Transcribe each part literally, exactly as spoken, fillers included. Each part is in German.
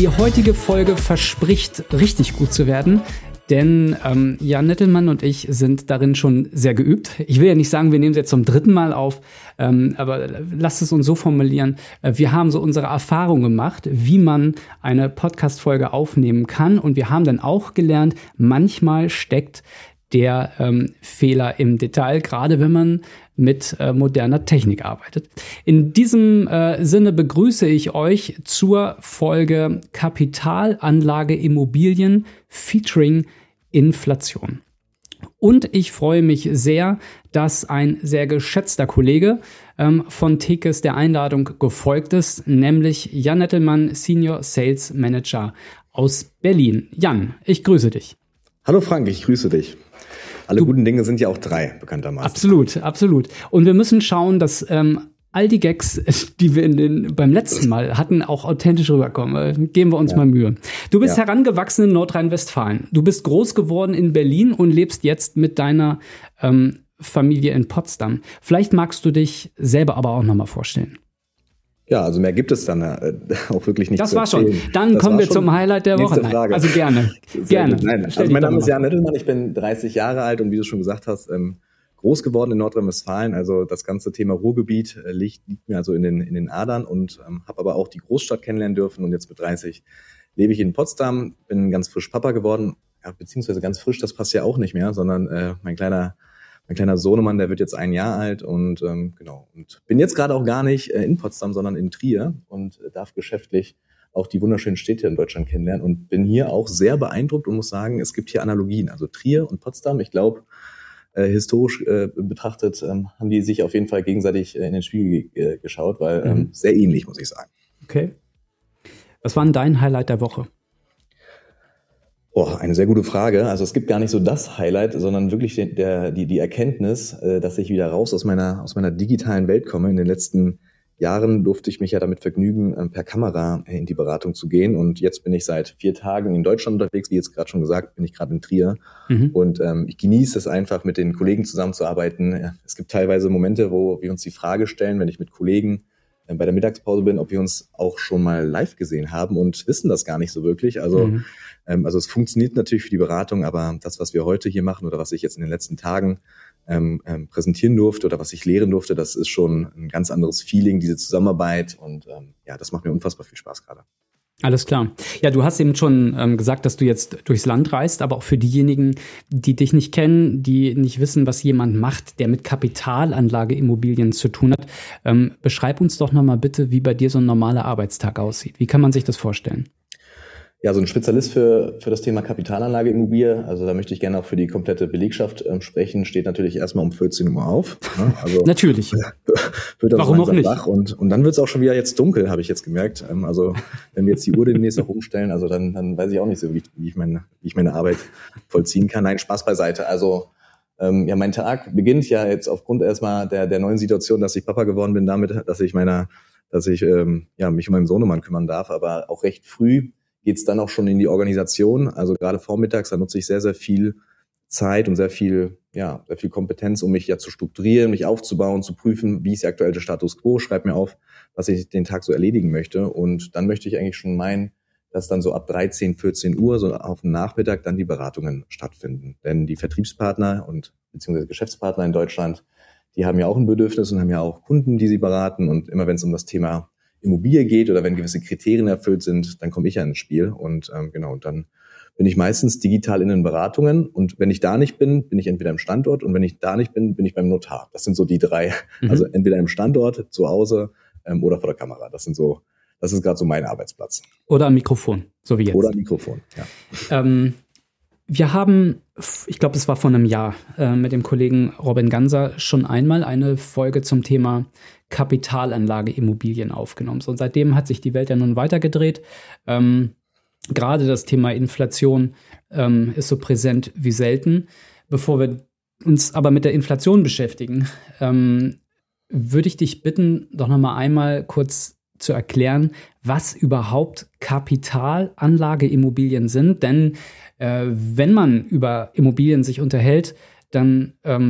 Die heutige Folge verspricht richtig gut zu werden, denn ähm, Jan Nettelmann und ich sind darin schon sehr geübt. Ich will ja nicht sagen, wir nehmen es jetzt zum dritten Mal auf, ähm, aber lasst es uns so formulieren. Äh, wir haben so unsere Erfahrung gemacht, wie man eine Podcast-Folge aufnehmen kann, und wir haben dann auch gelernt, manchmal steckt der ähm, Fehler im Detail, gerade wenn man mit äh, moderner Technik arbeitet. In diesem äh, Sinne begrüße ich euch zur Folge Kapitalanlage Immobilien featuring Inflation. Und ich freue mich sehr, dass ein sehr geschätzter Kollege ähm, von Tekes der Einladung gefolgt ist, nämlich Jan Nettelmann, Senior Sales Manager aus Berlin. Jan, ich grüße dich. Hallo Frank, ich grüße dich. Alle du, guten Dinge sind ja auch drei, bekanntermaßen. Absolut, absolut. Und wir müssen schauen, dass ähm, all die Gags, die wir in den, beim letzten Mal hatten, auch authentisch rüberkommen. Geben wir uns ja. mal Mühe. Du bist ja. herangewachsen in Nordrhein-Westfalen. Du bist groß geworden in Berlin und lebst jetzt mit deiner ähm, Familie in Potsdam. Vielleicht magst du dich selber aber auch nochmal vorstellen. Ja, also mehr gibt es dann äh, auch wirklich nicht. Das war schon. Dann das kommen wir zum Highlight der Woche. Nein, also gerne. gerne. Nein, also mein Name ist Jan Nettelmann, ich bin dreißig Jahre alt und wie du schon gesagt hast, ähm, groß geworden in Nordrhein-Westfalen. Also das ganze Thema Ruhrgebiet äh, liegt, liegt mir also in den, in den Adern, und ähm, habe aber auch die Großstadt kennenlernen dürfen. Und jetzt mit dreißig lebe ich in Potsdam, bin ganz frisch Papa geworden, ja, beziehungsweise ganz frisch, das passt ja auch nicht mehr, sondern äh, mein kleiner Mein kleiner Sohnemann, der wird jetzt ein Jahr alt, und ähm, genau und bin jetzt gerade auch gar nicht äh, in Potsdam, sondern in Trier, und äh, darf geschäftlich auch die wunderschönen Städte in Deutschland kennenlernen und bin hier auch sehr beeindruckt und muss sagen, es gibt hier Analogien. Also Trier und Potsdam, ich glaube, äh, historisch äh, betrachtet ähm, haben die sich auf jeden Fall gegenseitig äh, in den Spiegel ge- geschaut, weil ähm, mhm. sehr ähnlich, muss ich sagen. Okay. Was war denn dein Highlight der Woche? Oh, eine sehr gute Frage. Also es gibt gar nicht so das Highlight, sondern wirklich der, der, die, die Erkenntnis, dass ich wieder raus aus meiner, aus meiner digitalen Welt komme. In den letzten Jahren durfte ich mich ja damit vergnügen, per Kamera in die Beratung zu gehen. Und jetzt bin ich seit vier Tagen in Deutschland unterwegs. Wie jetzt gerade schon gesagt, bin ich gerade in Trier. Mhm. Und ähm, ich genieße es einfach, mit den Kollegen zusammenzuarbeiten. Es gibt teilweise Momente, wo wir uns die Frage stellen, wenn ich mit Kollegen bei der Mittagspause bin, ob wir uns auch schon mal live gesehen haben, und wissen das gar nicht so wirklich. Also, mhm. ähm, also es funktioniert natürlich für die Beratung, aber das, was wir heute hier machen oder was ich jetzt in den letzten Tagen ähm, ähm, präsentieren durfte oder was ich lehren durfte, das ist schon ein ganz anderes Feeling, diese Zusammenarbeit, und ähm, ja, das macht mir unfassbar viel Spaß gerade. Alles klar. Ja, du hast eben schon ähm, gesagt, dass du jetzt durchs Land reist, aber auch für diejenigen, die dich nicht kennen, die nicht wissen, was jemand macht, der mit Kapitalanlageimmobilien zu tun hat, ähm, beschreib uns doch nochmal bitte, wie bei dir so ein normaler Arbeitstag aussieht. Wie kann man sich das vorstellen? Ja, so ein Spezialist für für das Thema Kapitalanlageimmobilie, also da möchte ich gerne auch für die komplette Belegschaft ähm, sprechen, steht natürlich erstmal um vierzehn Uhr auf. Ne? Also natürlich. Wird Warum auch nicht? Wach, und, und dann wird es auch schon wieder jetzt dunkel, habe ich jetzt gemerkt. Ähm, also wenn wir jetzt die Uhr demnächst auch umstellen, also dann, dann weiß ich auch nicht so, wie, wie, ich meine, wie ich meine Arbeit vollziehen kann. Nein, Spaß beiseite. Also ähm, ja, mein Tag beginnt ja jetzt aufgrund erstmal der der neuen Situation, dass ich Papa geworden bin, damit, dass ich meiner, dass ich ähm, ja mich um meinen Sohnemann kümmern darf, aber auch recht früh geht's dann auch schon in die Organisation. Also gerade vormittags, da nutze ich sehr, sehr viel Zeit und sehr viel, ja, sehr viel Kompetenz, um mich ja zu strukturieren, mich aufzubauen, zu prüfen, wie ist der aktuelle Status quo, schreib mir auf, was ich den Tag so erledigen möchte. Und dann möchte ich eigentlich schon meinen, dass dann so ab dreizehn, vierzehn Uhr, so auf dem Nachmittag, dann die Beratungen stattfinden. Denn die Vertriebspartner und beziehungsweise Geschäftspartner in Deutschland, die haben ja auch ein Bedürfnis und haben ja auch Kunden, die sie beraten. Und immer wenn es um das Thema Immobilie geht oder wenn gewisse Kriterien erfüllt sind, dann komme ich ja ins Spiel, und ähm, genau, und dann bin ich meistens digital in den Beratungen, und wenn ich da nicht bin, bin ich entweder im Standort, und wenn ich da nicht bin, bin ich beim Notar. Das sind so die drei, mhm. also entweder im Standort, zu Hause ähm, oder vor der Kamera. Das sind so, das ist gerade so mein Arbeitsplatz. Oder am Mikrofon, so wie jetzt. Oder am Mikrofon, ja. Ähm, wir haben, ich glaube, es war vor einem Jahr, äh, mit dem Kollegen Robin Ganser schon einmal eine Folge zum Thema Kapitalanlageimmobilien aufgenommen. So, und seitdem hat sich die Welt ja nun weitergedreht. Ähm, gerade das Thema Inflation ähm, ist so präsent wie selten. Bevor wir uns aber mit der Inflation beschäftigen, ähm, würde ich dich bitten, doch noch mal einmal kurz zu erklären, was überhaupt Kapitalanlageimmobilien sind. Denn äh, wenn man über Immobilien sich unterhält, dann ähm,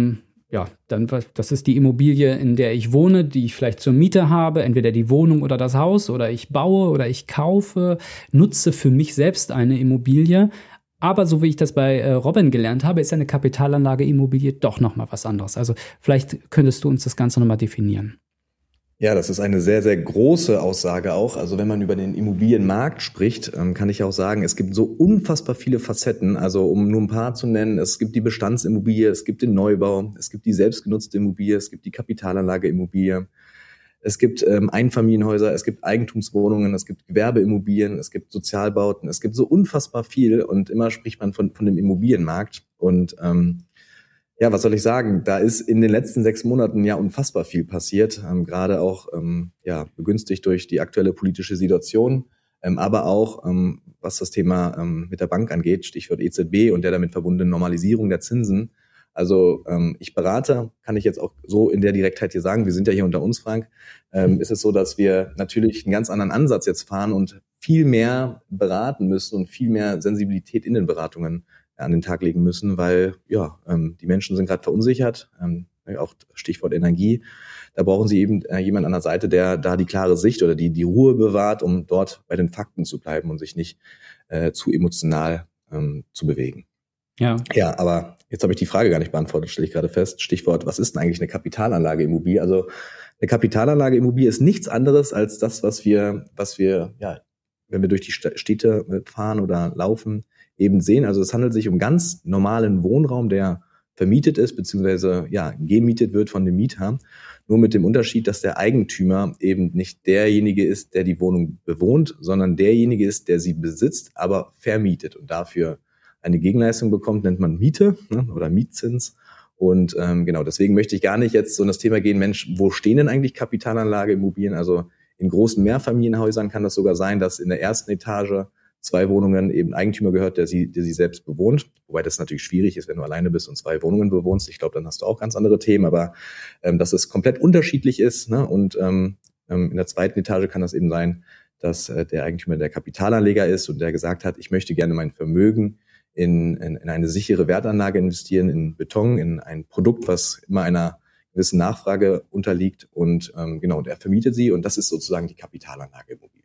ja, dann, das ist die Immobilie, in der ich wohne, die ich vielleicht zur Miete habe, entweder die Wohnung oder das Haus, oder ich baue oder ich kaufe, nutze für mich selbst eine Immobilie. Aber so wie ich das bei äh, Robin gelernt habe, ist eine Kapitalanlage Immobilie doch nochmal was anderes. Also vielleicht könntest du uns das Ganze nochmal definieren. Ja, das ist eine sehr, sehr große Aussage auch. Also wenn man über den Immobilienmarkt spricht, kann ich auch sagen, es gibt so unfassbar viele Facetten. Also um nur ein paar zu nennen, es gibt die Bestandsimmobilie, es gibt den Neubau, es gibt die selbstgenutzte Immobilie, es gibt die Kapitalanlage Immobilie, es gibt ähm, Einfamilienhäuser, es gibt Eigentumswohnungen, es gibt Gewerbeimmobilien, es gibt Sozialbauten, es gibt so unfassbar viel und immer spricht man von, von dem Immobilienmarkt und ähm, ja, was soll ich sagen? Da ist in den letzten sechs Monaten ja unfassbar viel passiert, ähm, gerade auch ähm, ja begünstigt durch die aktuelle politische Situation, ähm, aber auch ähm, was das Thema ähm, mit der Bank angeht, Stichwort E Z B und der damit verbundenen Normalisierung der Zinsen. Also ähm, ich berate, kann ich jetzt auch so in der Direktheit hier sagen, wir sind ja hier unter uns, Frank, ähm, ist es so, dass wir natürlich einen ganz anderen Ansatz jetzt fahren und viel mehr beraten müssen und viel mehr Sensibilität in den Beratungen an den Tag legen müssen, weil ja ähm, die Menschen sind gerade verunsichert, ähm, auch Stichwort Energie. Da brauchen sie eben äh, jemand an der Seite, der da die klare Sicht oder die die Ruhe bewahrt, um dort bei den Fakten zu bleiben und sich nicht äh, zu emotional ähm, zu bewegen. Ja. Ja, aber jetzt habe ich die Frage gar nicht beantwortet, stelle ich gerade fest. Stichwort, was ist denn eigentlich eine Kapitalanlage Immobilie? Also eine Kapitalanlage Immobilie ist nichts anderes als das, was wir, was wir, ja, wenn wir durch die Städte fahren oder laufen, eben sehen. Also es handelt sich um ganz normalen Wohnraum, der vermietet ist, beziehungsweise ja gemietet wird von dem Mieter. Nur mit dem Unterschied, dass der Eigentümer eben nicht derjenige ist, der die Wohnung bewohnt, sondern derjenige ist, der sie besitzt, aber vermietet und dafür eine Gegenleistung bekommt, nennt man Miete, ne, oder Mietzins. Und ähm, genau, deswegen möchte ich gar nicht jetzt so in das Thema gehen, Mensch, wo stehen denn eigentlich Kapitalanlageimmobilien? Also in großen Mehrfamilienhäusern kann das sogar sein, dass in der ersten Etage zwei Wohnungen eben Eigentümer gehört, der sie, der sie selbst bewohnt. Wobei das natürlich schwierig ist, wenn du alleine bist und zwei Wohnungen bewohnst. Ich glaube, dann hast du auch ganz andere Themen. Aber ähm, dass es komplett unterschiedlich ist, ne? Und ähm, in der zweiten Etage kann das eben sein, dass äh, der Eigentümer der Kapitalanleger ist und der gesagt hat, ich möchte gerne mein Vermögen in, in, in eine sichere Wertanlage investieren, in Beton, in ein Produkt, was immer einer gewissen Nachfrage unterliegt. Und ähm, genau, und er vermietet sie. Und das ist sozusagen die Kapitalanlageimmobilie.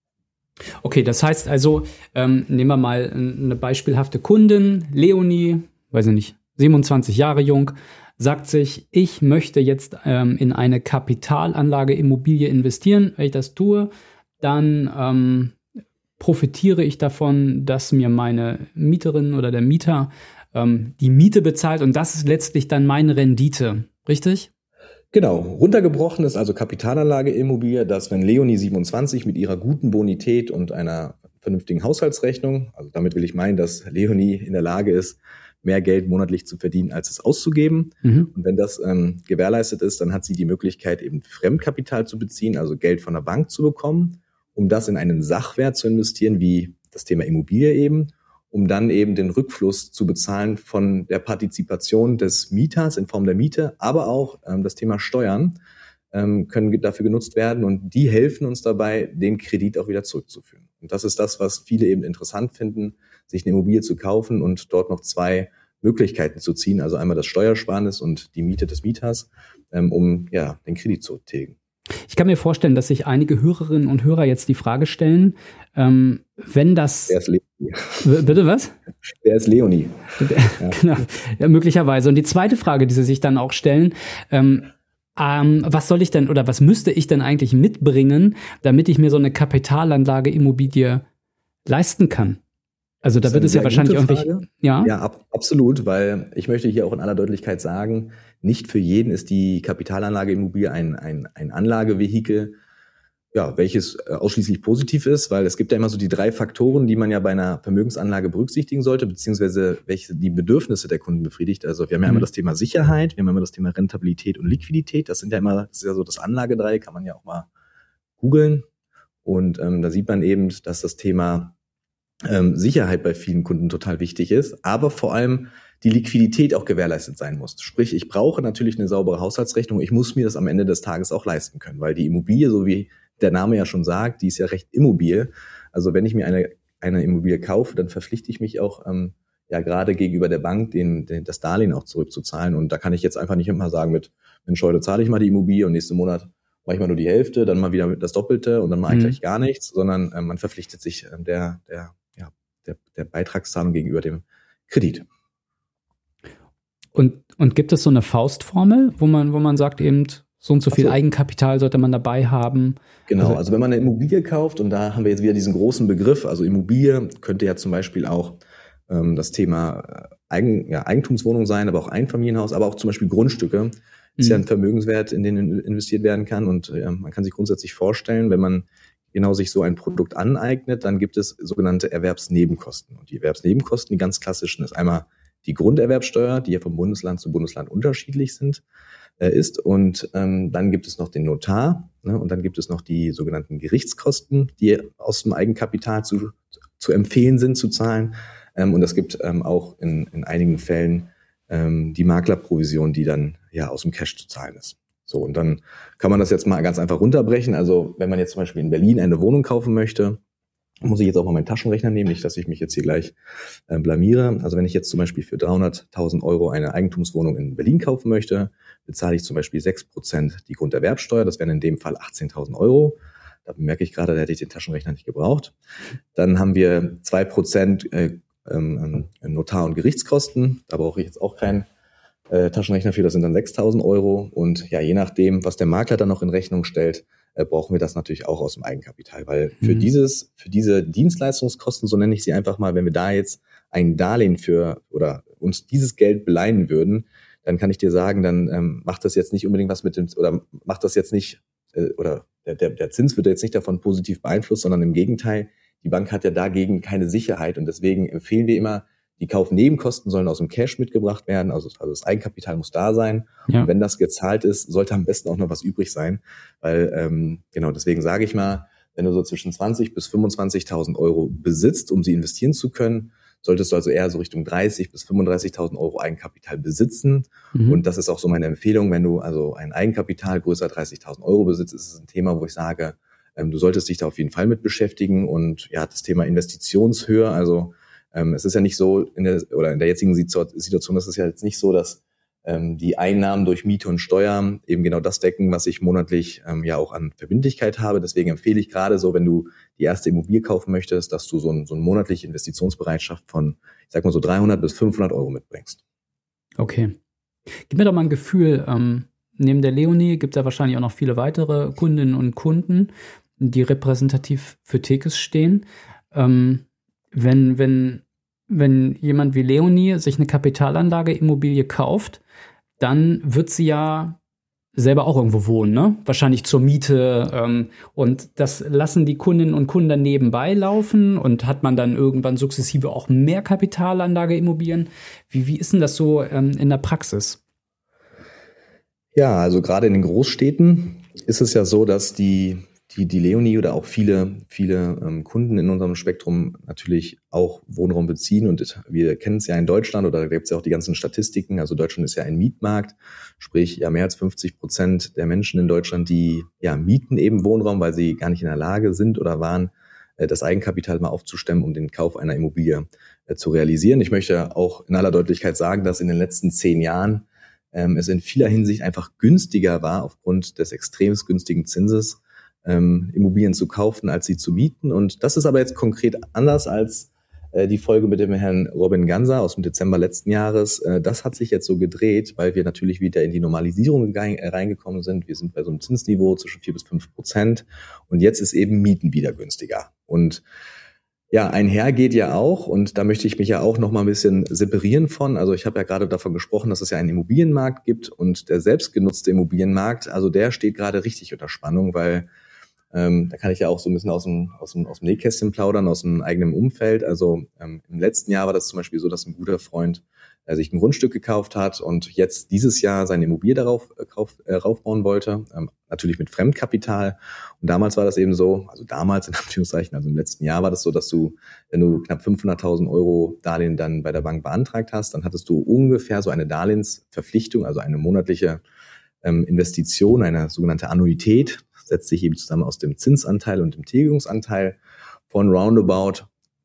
Okay, das heißt also, ähm, nehmen wir mal eine beispielhafte Kundin, Leonie, weiß ich nicht, siebenundzwanzig Jahre jung, sagt sich, ich möchte jetzt ähm, in eine Kapitalanlage Immobilie investieren. Wenn ich das tue, dann ähm, profitiere ich davon, dass mir meine Mieterin oder der Mieter ähm, die Miete bezahlt und das ist letztlich dann meine Rendite, richtig? Genau, runtergebrochen ist also Kapitalanlageimmobilie, dass wenn Leonie siebenundzwanzig mit ihrer guten Bonität und einer vernünftigen Haushaltsrechnung, also damit will ich meinen, dass Leonie in der Lage ist, mehr Geld monatlich zu verdienen, als es auszugeben. Mhm. Und wenn das ähm, gewährleistet ist, dann hat sie die Möglichkeit, eben Fremdkapital zu beziehen, also Geld von der Bank zu bekommen, um das in einen Sachwert zu investieren, wie das Thema Immobilie eben, um dann eben den Rückfluss zu bezahlen von der Partizipation des Mieters in Form der Miete, aber auch ähm, das Thema Steuern ähm, können dafür genutzt werden und die helfen uns dabei, den Kredit auch wieder zurückzuführen. Und das ist das, was viele eben interessant finden, sich eine Immobilie zu kaufen und dort noch zwei Möglichkeiten zu ziehen, also einmal das Steuersparnis und die Miete des Mieters, ähm, um ja den Kredit zu tilgen. Ich kann mir vorstellen, dass sich einige Hörerinnen und Hörer jetzt die Frage stellen, ähm, wenn das... Wer ist Leonie? Bitte was? Wer ist Leonie? Ja. Genau, ja, möglicherweise. Und die zweite Frage, die sie sich dann auch stellen, ähm, ähm, was soll ich denn oder was müsste ich denn eigentlich mitbringen, damit ich mir so eine Kapitalanlage Immobilie leisten kann? Also da wird es ja wahrscheinlich irgendwie... Ja, ja ab, absolut, weil ich möchte hier auch in aller Deutlichkeit sagen, nicht für jeden ist die Kapitalanlageimmobilie ein, ein, ein Anlagevehikel, ja, welches ausschließlich positiv ist, weil es gibt ja immer so die drei Faktoren, die man ja bei einer Vermögensanlage berücksichtigen sollte, beziehungsweise welche die Bedürfnisse der Kunden befriedigt. Also wir haben ja mhm. immer das Thema Sicherheit, wir haben immer das Thema Rentabilität und Liquidität. Das sind ja immer, das ist ja so das Anlagedreieck, kann man ja auch mal googeln. Und ähm, da sieht man eben, dass das Thema ähm, Sicherheit bei vielen Kunden total wichtig ist, aber vor allem die Liquidität auch gewährleistet sein muss. Sprich, ich brauche natürlich eine saubere Haushaltsrechnung. Ich muss mir das am Ende des Tages auch leisten können, weil die Immobilie, so wie der Name ja schon sagt, die ist ja recht immobil. Also wenn ich mir eine, eine Immobilie kaufe, dann verpflichte ich mich auch, ähm, ja gerade gegenüber der Bank den, den, das Darlehen auch zurückzuzahlen. Und da kann ich jetzt einfach nicht immer sagen mit, Mensch, heute zahle ich mal die Immobilie und nächsten Monat mache ich mal nur die Hälfte, dann mal wieder das Doppelte und dann mache ich Mhm. gleich gar nichts, sondern äh, man verpflichtet sich äh, der, der, ja, der, der Beitragszahlung gegenüber dem Kredit. Und, und gibt es so eine Faustformel, wo man, wo man sagt, eben so und so viel Ach so. Eigenkapital sollte man dabei haben? Genau, Also, also wenn man eine Immobilie kauft, und da haben wir jetzt wieder diesen großen Begriff, also Immobilie könnte ja zum Beispiel auch ähm, das Thema Eigen, ja, Eigentumswohnung sein, aber auch Einfamilienhaus, aber auch zum Beispiel Grundstücke. Ist ja ein Vermögenswert, in den investiert werden kann, und äh, man kann sich grundsätzlich vorstellen, wenn man genau sich so ein Produkt aneignet, dann gibt es sogenannte Erwerbsnebenkosten. Und die Erwerbsnebenkosten, die ganz klassischen, ist einmal die Grunderwerbsteuer, die ja vom Bundesland zu Bundesland unterschiedlich sind, äh, ist. Und ähm, dann gibt es noch den Notar, ne, und dann gibt es noch die sogenannten Gerichtskosten, die aus dem Eigenkapital zu, zu empfehlen sind zu zahlen. Ähm, und es gibt ähm, auch in, in einigen Fällen ähm, die Maklerprovision, die dann ja aus dem Cash zu zahlen ist. So, und dann kann man das jetzt mal ganz einfach runterbrechen. Also wenn man jetzt zum Beispiel in Berlin eine Wohnung kaufen möchte, muss ich jetzt auch mal meinen Taschenrechner nehmen, nicht, dass ich mich jetzt hier gleich äh, blamiere. Also wenn ich jetzt zum Beispiel für dreihunderttausend Euro eine Eigentumswohnung in Berlin kaufen möchte, bezahle ich zum Beispiel sechs Prozent die Grunderwerbsteuer. Das wären in dem Fall achtzehntausend Euro. Da merke ich gerade, da hätte ich den Taschenrechner nicht gebraucht. Dann haben wir zwei Prozent äh, ähm, Notar- und Gerichtskosten. Da brauche ich jetzt auch keinen äh, Taschenrechner für. Das sind dann sechstausend Euro. Und ja, je nachdem, was der Makler dann noch in Rechnung stellt, äh, brauchen wir das natürlich auch aus dem Eigenkapital. Weil für Mhm. dieses, für diese Dienstleistungskosten, so nenne ich sie einfach mal, wenn wir da jetzt ein Darlehen für oder uns dieses Geld beleihen würden, dann kann ich dir sagen, dann ähm, macht das jetzt nicht unbedingt was mit dem, oder macht das jetzt nicht, äh, oder der, der, der Zins wird jetzt nicht davon positiv beeinflusst, sondern im Gegenteil, die Bank hat ja dagegen keine Sicherheit, und deswegen empfehlen wir immer, die Kaufnebenkosten sollen aus dem Cash mitgebracht werden, also, also das Eigenkapital muss da sein. Ja. Und wenn das gezahlt ist, sollte am besten auch noch was übrig sein, weil ähm, genau deswegen sage ich mal, wenn du so zwischen zwanzig bis fünfundzwanzigtausend Euro besitzt, um sie investieren zu können, solltest du also eher so Richtung dreißig bis fünfunddreißigtausend Euro Eigenkapital besitzen. Mhm. Und das ist auch so meine Empfehlung, wenn du also ein Eigenkapital größer dreißigtausend Euro besitzt, ist es ein Thema, wo ich sage, ähm, du solltest dich da auf jeden Fall mit beschäftigen. Und ja, das Thema Investitionshöhe, also ähm, es ist ja nicht so, in der oder in der jetzigen Situation ist es ja jetzt nicht so, dass ähm, die Einnahmen durch Miete und Steuern eben genau das decken, was ich monatlich ähm, ja auch an Verbindlichkeit habe. Deswegen empfehle ich gerade so, wenn du die erste Immobilie kaufen möchtest, dass du so, ein, so eine monatliche Investitionsbereitschaft von, ich sag mal so dreihundert bis fünfhundert Euro mitbringst. Okay. Gib mir doch mal ein Gefühl, ähm, neben der Leonie gibt es ja wahrscheinlich auch noch viele weitere Kundinnen und Kunden, die repräsentativ für Tekes stehen. Ähm, wenn, wenn, wenn jemand wie Leonie sich eine Kapitalanlage-Immobilie kauft, dann wird sie ja selber auch irgendwo wohnen, ne? Wahrscheinlich zur Miete. Ähm, und das lassen die Kundinnen und Kunden nebenbei laufen, und hat man dann irgendwann sukzessive auch mehr Kapitalanlage-Immobilien. Wie, wie ist denn das so ähm, in der Praxis? Ja, also gerade in den Großstädten ist es ja so, dass die die, die Leonie oder auch viele, viele ähm, Kunden in unserem Spektrum natürlich auch Wohnraum beziehen. Und wir kennen es ja in Deutschland, oder da gibt es ja auch die ganzen Statistiken. Also Deutschland ist ja ein Mietmarkt, sprich ja mehr als fünfzig Prozent der Menschen in Deutschland, die ja mieten eben Wohnraum, weil sie gar nicht in der Lage sind oder waren, äh, das Eigenkapital mal aufzustemmen, um den Kauf einer Immobilie äh, zu realisieren. Ich möchte auch in aller Deutlichkeit sagen, dass in den letzten zehn Jahren ähm, es in vieler Hinsicht einfach günstiger war, aufgrund des extrem günstigen Zinses, Ähm, Immobilien zu kaufen, als sie zu mieten. Und das ist aber jetzt konkret anders als äh, die Folge mit dem Herrn Robin Ganser aus dem Dezember letzten Jahres. Äh, das hat sich jetzt so gedreht, weil wir natürlich wieder in die Normalisierung ge- äh, reingekommen sind. Wir sind bei so einem Zinsniveau zwischen vier bis fünf Prozent, und jetzt ist eben Mieten wieder günstiger. Und ja, einher geht ja auch, und da möchte ich mich ja auch noch mal ein bisschen separieren von. Also ich habe ja gerade davon gesprochen, dass es ja einen Immobilienmarkt gibt, und der selbstgenutzte Immobilienmarkt, also der steht gerade richtig unter Spannung, weil Ähm, da kann ich ja auch so ein bisschen aus dem, aus dem, aus dem Nähkästchen plaudern, aus dem eigenen Umfeld. Also ähm, im letzten Jahr war das zum Beispiel so, dass ein guter Freund äh, sich ein Grundstück gekauft hat und jetzt dieses Jahr seine Immobilie darauf äh, kauf, äh, raufbauen wollte, ähm, natürlich mit Fremdkapital. Und damals war das eben so, also damals in Anführungszeichen, also im letzten Jahr war das so, dass du, wenn du knapp fünfhunderttausend Euro Darlehen dann bei der Bank beantragt hast, dann hattest du ungefähr so eine Darlehensverpflichtung, also eine monatliche ähm, Investition, eine sogenannte Annuität, setzt sich eben zusammen aus dem Zinsanteil und dem Tilgungsanteil von roundabout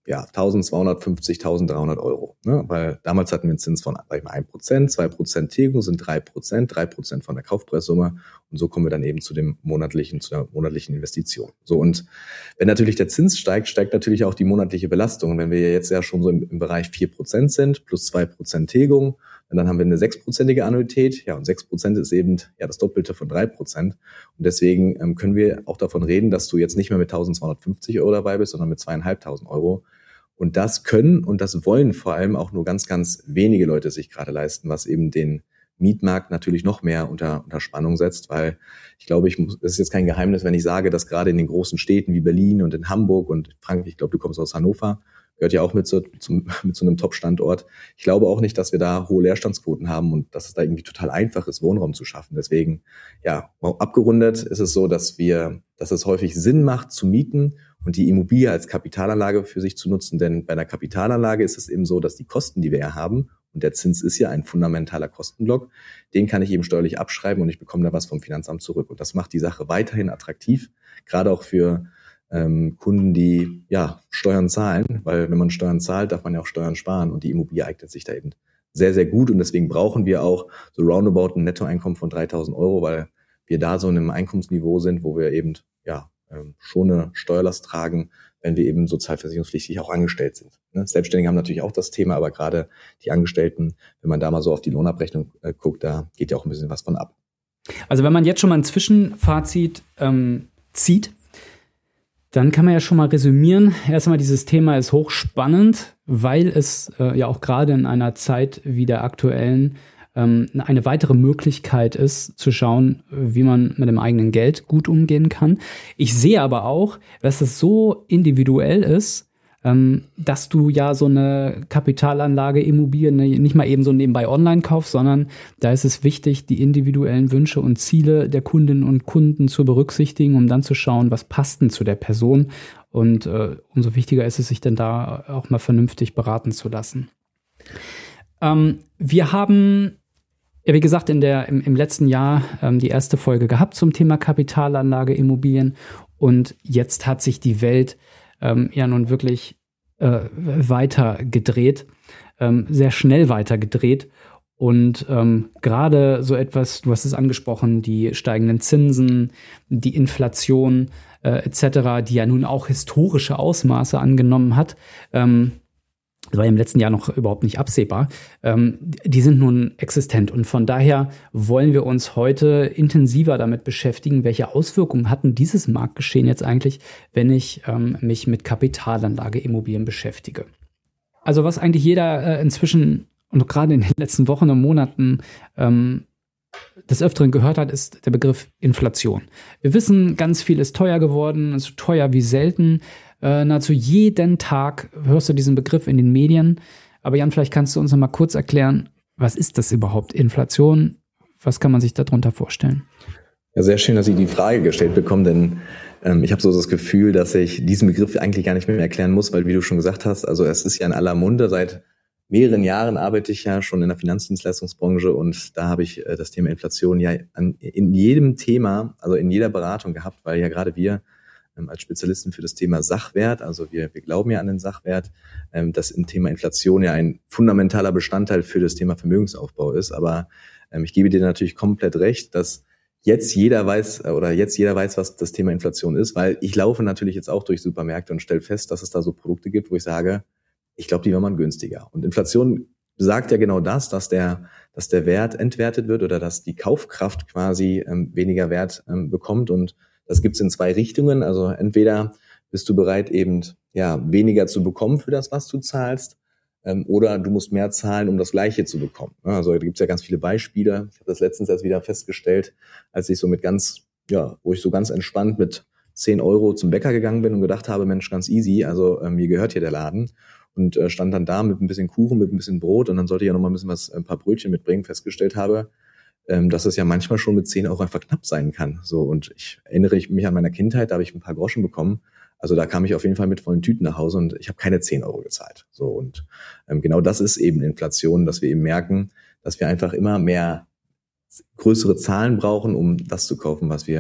ja, eintausendzweihundertfünfzig, eintausenddreihundert Euro. Ne? Weil damals hatten wir einen Zins von ein Prozent, zwei Prozent Tilgung sind drei Prozent, drei Prozent von der Kaufpreissumme. Und so kommen wir dann eben zu dem monatlichen, zu der monatlichen Investition. So, und wenn natürlich der Zins steigt, steigt natürlich auch die monatliche Belastung. Und wenn wir jetzt ja schon so im, im Bereich vier Prozent sind, plus zwei Prozent Tilgung, und dann haben wir eine sechsprozentige Annuität. Ja, und sechs Prozent ist eben ja das Doppelte von drei Prozent. Und deswegen ähm, können wir auch davon reden, dass du jetzt nicht mehr mit eintausendzweihundertfünfzig Euro dabei bist, sondern mit zweieinhalbtausend Euro. Und das können und das wollen vor allem auch nur ganz, ganz wenige Leute sich gerade leisten, was eben den Mietmarkt natürlich noch mehr unter, unter Spannung setzt, weil ich glaube, ich muss, es ist jetzt kein Geheimnis, wenn ich sage, dass gerade in den großen Städten wie Berlin und in Hamburg und Frank, ich glaube, du kommst aus Hannover, gehört ja auch mit so, zum, mit so einem Top-Standort. Ich glaube auch nicht, dass wir da hohe Leerstandsquoten haben und dass es da irgendwie total einfach ist, Wohnraum zu schaffen. Deswegen, ja, abgerundet ist es so, dass wir, dass es häufig Sinn macht zu mieten und die Immobilie als Kapitalanlage für sich zu nutzen. Denn bei einer Kapitalanlage ist es eben so, dass die Kosten, die wir ja haben, und der Zins ist ja ein fundamentaler Kostenblock, den kann ich eben steuerlich abschreiben und ich bekomme da was vom Finanzamt zurück. Und das macht die Sache weiterhin attraktiv, gerade auch für ähm, Kunden, die ja Steuern zahlen, weil wenn man Steuern zahlt, darf man ja auch Steuern sparen und die Immobilie eignet sich da eben sehr, sehr gut. Und deswegen brauchen wir auch so roundabout ein Nettoeinkommen von dreitausend Euro, weil wir da so in einem Einkommensniveau sind, wo wir eben ja ähm, schon eine Steuerlast tragen, wenn wir eben sozialversicherungspflichtig auch angestellt sind. Ne? Selbstständige haben natürlich auch das Thema, aber gerade die Angestellten, wenn man da mal so auf die Lohnabrechnung äh, guckt, da geht ja auch ein bisschen was von ab. Also wenn man jetzt schon mal ein Zwischenfazit ähm, zieht, dann kann man ja schon mal resümieren. Erstmal, dieses Thema ist hochspannend, weil es äh, ja auch gerade in einer Zeit wie der aktuellen ähm, eine weitere Möglichkeit ist, zu schauen, wie man mit dem eigenen Geld gut umgehen kann. Ich sehe aber auch, dass es so individuell ist, ähm, dass du ja so eine Kapitalanlage, Immobilien nicht mal eben so nebenbei online kaufst, sondern da ist es wichtig, die individuellen Wünsche und Ziele der Kundinnen und Kunden zu berücksichtigen, um dann zu schauen, was passt denn zu der Person. Und äh, umso wichtiger ist es, sich dann da auch mal vernünftig beraten zu lassen. Ähm, wir haben, ja, wie gesagt, in der, im, im letzten Jahr ähm, die erste Folge gehabt zum Thema Kapitalanlage, Immobilien. Und jetzt hat sich die Welt ähm, ja nun wirklich äh, weiter gedreht, ähm, sehr schnell weiter gedreht. Und ähm, gerade so etwas, du hast es angesprochen, die steigenden Zinsen, die Inflation äh, et cetera, die ja nun auch historische Ausmaße angenommen hat, ähm, das war ja im letzten Jahr noch überhaupt nicht absehbar, ähm, die sind nun existent. Und von daher wollen wir uns heute intensiver damit beschäftigen, welche Auswirkungen hatten dieses Marktgeschehen jetzt eigentlich, wenn ich ähm, mich mit Kapitalanlage Immobilien beschäftige. Also was eigentlich jeder äh, inzwischen und gerade in den letzten Wochen und Monaten ähm, des Öfteren gehört hat, ist der Begriff Inflation. Wir wissen, ganz viel ist teuer geworden, ist so teuer wie selten. Äh, nahezu jeden Tag hörst du diesen Begriff in den Medien. Aber Jan, vielleicht kannst du uns noch mal kurz erklären, was ist das überhaupt, Inflation? Was kann man sich darunter vorstellen? Ja, sehr schön, dass ich die Frage gestellt bekomme, denn ähm, ich habe so das Gefühl, dass ich diesen Begriff eigentlich gar nicht mehr erklären muss, weil, wie du schon gesagt hast, also es ist ja in aller Munde. Seit mehreren Jahren arbeite ich ja schon in der Finanzdienstleistungsbranche und da habe ich äh, das Thema Inflation ja an, in jedem Thema, also in jeder Beratung gehabt, weil ja gerade wir ähm, als Spezialisten für das Thema Sachwert, also wir, wir glauben ja an den Sachwert, ähm, dass im Thema Inflation ja ein fundamentaler Bestandteil für das Thema Vermögensaufbau ist. Aber ähm, ich gebe dir natürlich komplett recht, dass jetzt jeder weiß oder jetzt jeder weiß, was das Thema Inflation ist, weil ich laufe natürlich jetzt auch durch Supermärkte und stelle fest, dass es da so Produkte gibt, wo ich sage, ich glaube, die wären mal günstiger. Und Inflation besagt ja genau das, dass der, dass der Wert entwertet wird oder dass die Kaufkraft quasi ähm, weniger Wert ähm, bekommt. Und das gibt's in zwei Richtungen. Also entweder bist du bereit, eben ja weniger zu bekommen für das, was du zahlst, ähm, oder du musst mehr zahlen, um das Gleiche zu bekommen. Also da gibt's ja ganz viele Beispiele. Ich habe das letztens erst wieder festgestellt, als ich so mit ganz, ja, wo ich so ganz entspannt mit zehn Euro zum Bäcker gegangen bin und gedacht habe, Mensch, ganz easy, also ähm, mir gehört hier der Laden. Und äh, stand dann da mit ein bisschen Kuchen, mit ein bisschen Brot und dann sollte ich ja noch mal ein bisschen was, ein paar Brötchen mitbringen, festgestellt habe, ähm, dass es ja manchmal schon mit zehn Euro einfach knapp sein kann. So, und ich erinnere mich an meiner Kindheit, da habe ich ein paar Groschen bekommen. Also da kam ich auf jeden Fall mit vollen Tüten nach Hause und ich habe keine zehn Euro gezahlt. So, und ähm, genau das ist eben Inflation, dass wir eben merken, dass wir einfach immer mehr größere Zahlen brauchen, um das zu kaufen, was wir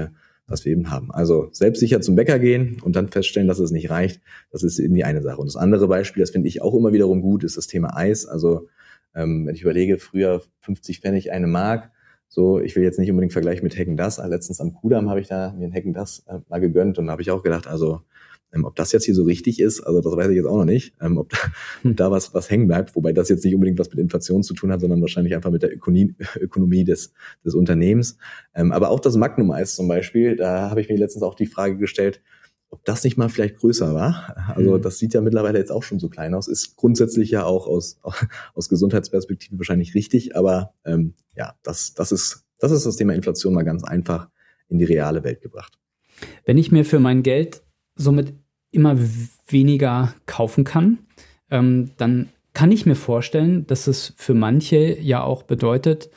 was wir eben haben. Also selbstsicher zum Bäcker gehen und dann feststellen, dass es nicht reicht, das ist eben die eine Sache. Und das andere Beispiel, das finde ich auch immer wiederum gut, ist das Thema Eis. Also ähm, wenn ich überlege, früher fünfzig Pfennig eine Mark, so, ich will jetzt nicht unbedingt vergleichen mit Häagen-Dazs. Letztens am Kudamm habe ich da mir ein Häagen-Dazs äh, mal gegönnt und da habe ich auch gedacht, also ähm, ob das jetzt hier so richtig ist, also das weiß ich jetzt auch noch nicht, ähm, ob da, ob da was was hängen bleibt, wobei das jetzt nicht unbedingt was mit Inflation zu tun hat, sondern wahrscheinlich einfach mit der Ökonomie, Ökonomie des des Unternehmens. Ähm, aber auch das Magnum-Eis zum Beispiel, da habe ich mir letztens auch die Frage gestellt, ob das nicht mal vielleicht größer war. Also das sieht ja mittlerweile jetzt auch schon so klein aus, ist grundsätzlich ja auch aus aus Gesundheitsperspektive wahrscheinlich richtig, aber ähm, ja, das das ist das ist das Thema Inflation mal ganz einfach in die reale Welt gebracht. Wenn ich mir für mein Geld somit immer weniger kaufen kann, ähm, dann kann ich mir vorstellen, dass es für manche ja auch bedeutet,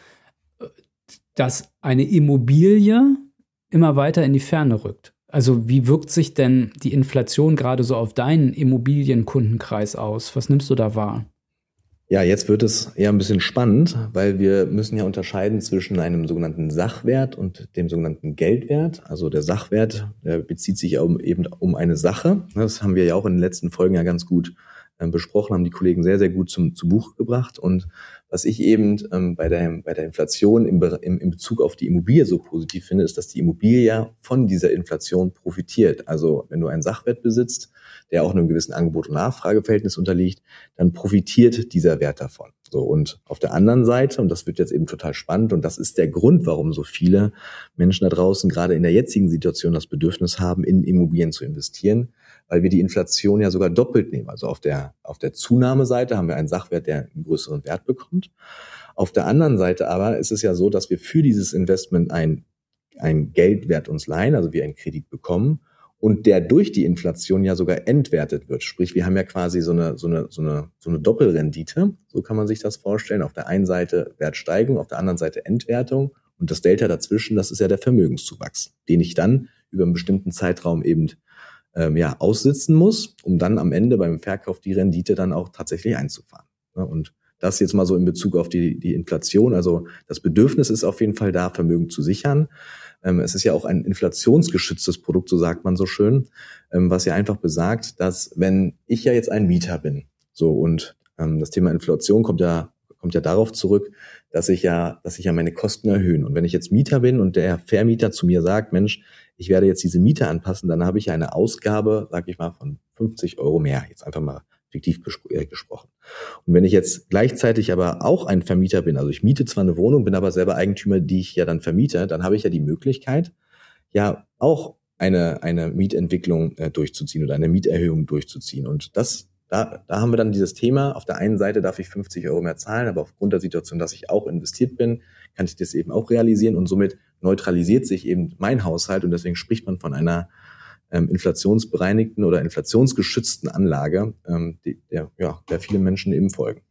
dass eine Immobilie immer weiter in die Ferne rückt. Also wie wirkt sich denn die Inflation gerade so auf deinen Immobilienkundenkreis aus? Was nimmst du da wahr? Ja, jetzt wird es eher ein bisschen spannend, weil wir müssen ja unterscheiden zwischen einem sogenannten Sachwert und dem sogenannten Geldwert. Also der Sachwert, der bezieht sich ja um, eben um eine Sache. Das haben wir ja auch in den letzten Folgen ja ganz gut äh, besprochen, haben die Kollegen sehr, sehr gut zum, zu Buch gebracht. Und was ich eben ähm, bei der, bei der Inflation im, im, im Bezug auf die Immobilie so positiv finde, ist, dass die Immobilie ja von dieser Inflation profitiert. Also wenn du einen Sachwert besitzt, der auch einem gewissen Angebot- und Nachfrageverhältnis unterliegt, dann profitiert dieser Wert davon. So, und auf der anderen Seite, und das wird jetzt eben total spannend, und das ist der Grund, warum so viele Menschen da draußen gerade in der jetzigen Situation das Bedürfnis haben, in Immobilien zu investieren, weil wir die Inflation ja sogar doppelt nehmen. Also auf der, auf der Zunahmeseite haben wir einen Sachwert, der einen größeren Wert bekommt. Auf der anderen Seite aber ist es ja so, dass wir für dieses Investment ein, ein Geldwert uns leihen, also wir einen Kredit bekommen, und der durch die Inflation ja sogar entwertet wird. Sprich, wir haben ja quasi so eine, so eine, so eine, so eine Doppelrendite. So kann man sich das vorstellen. Auf der einen Seite Wertsteigerung, auf der anderen Seite Entwertung. Und das Delta dazwischen, das ist ja der Vermögenszuwachs, den ich dann über einen bestimmten Zeitraum eben ähm, ja, aussitzen muss, um dann am Ende beim Verkauf die Rendite dann auch tatsächlich einzufahren. Und das jetzt mal so in Bezug auf die, die Inflation. Also das Bedürfnis ist auf jeden Fall da, Vermögen zu sichern. Es ist ja auch ein inflationsgeschütztes Produkt, so sagt man so schön, was ja einfach besagt, dass wenn ich ja jetzt ein Mieter bin, so und das Thema Inflation kommt ja kommt ja darauf zurück, dass ich ja dass sich ja meine Kosten erhöhen. Und wenn ich jetzt Mieter bin und der Vermieter zu mir sagt, Mensch, ich werde jetzt diese Miete anpassen, dann habe ich ja eine Ausgabe, sag ich mal, von fünfzig Euro mehr. Jetzt einfach mal fiktiv gesprochen. Und wenn ich jetzt gleichzeitig aber auch ein Vermieter bin, also ich miete zwar eine Wohnung, bin aber selber Eigentümer, die ich ja dann vermiete, dann habe ich ja die Möglichkeit, ja auch eine eine Mietentwicklung äh, durchzuziehen oder eine Mieterhöhung durchzuziehen. Und das da da haben wir dann dieses Thema, auf der einen Seite darf ich fünfzig Euro mehr zahlen, aber aufgrund der Situation, dass ich auch investiert bin, kann ich das eben auch realisieren und somit neutralisiert sich eben mein Haushalt und deswegen spricht man von einer Ähm, inflationsbereinigten oder inflationsgeschützten Anlage, ähm, die, der, ja, der viele Menschen eben folgen.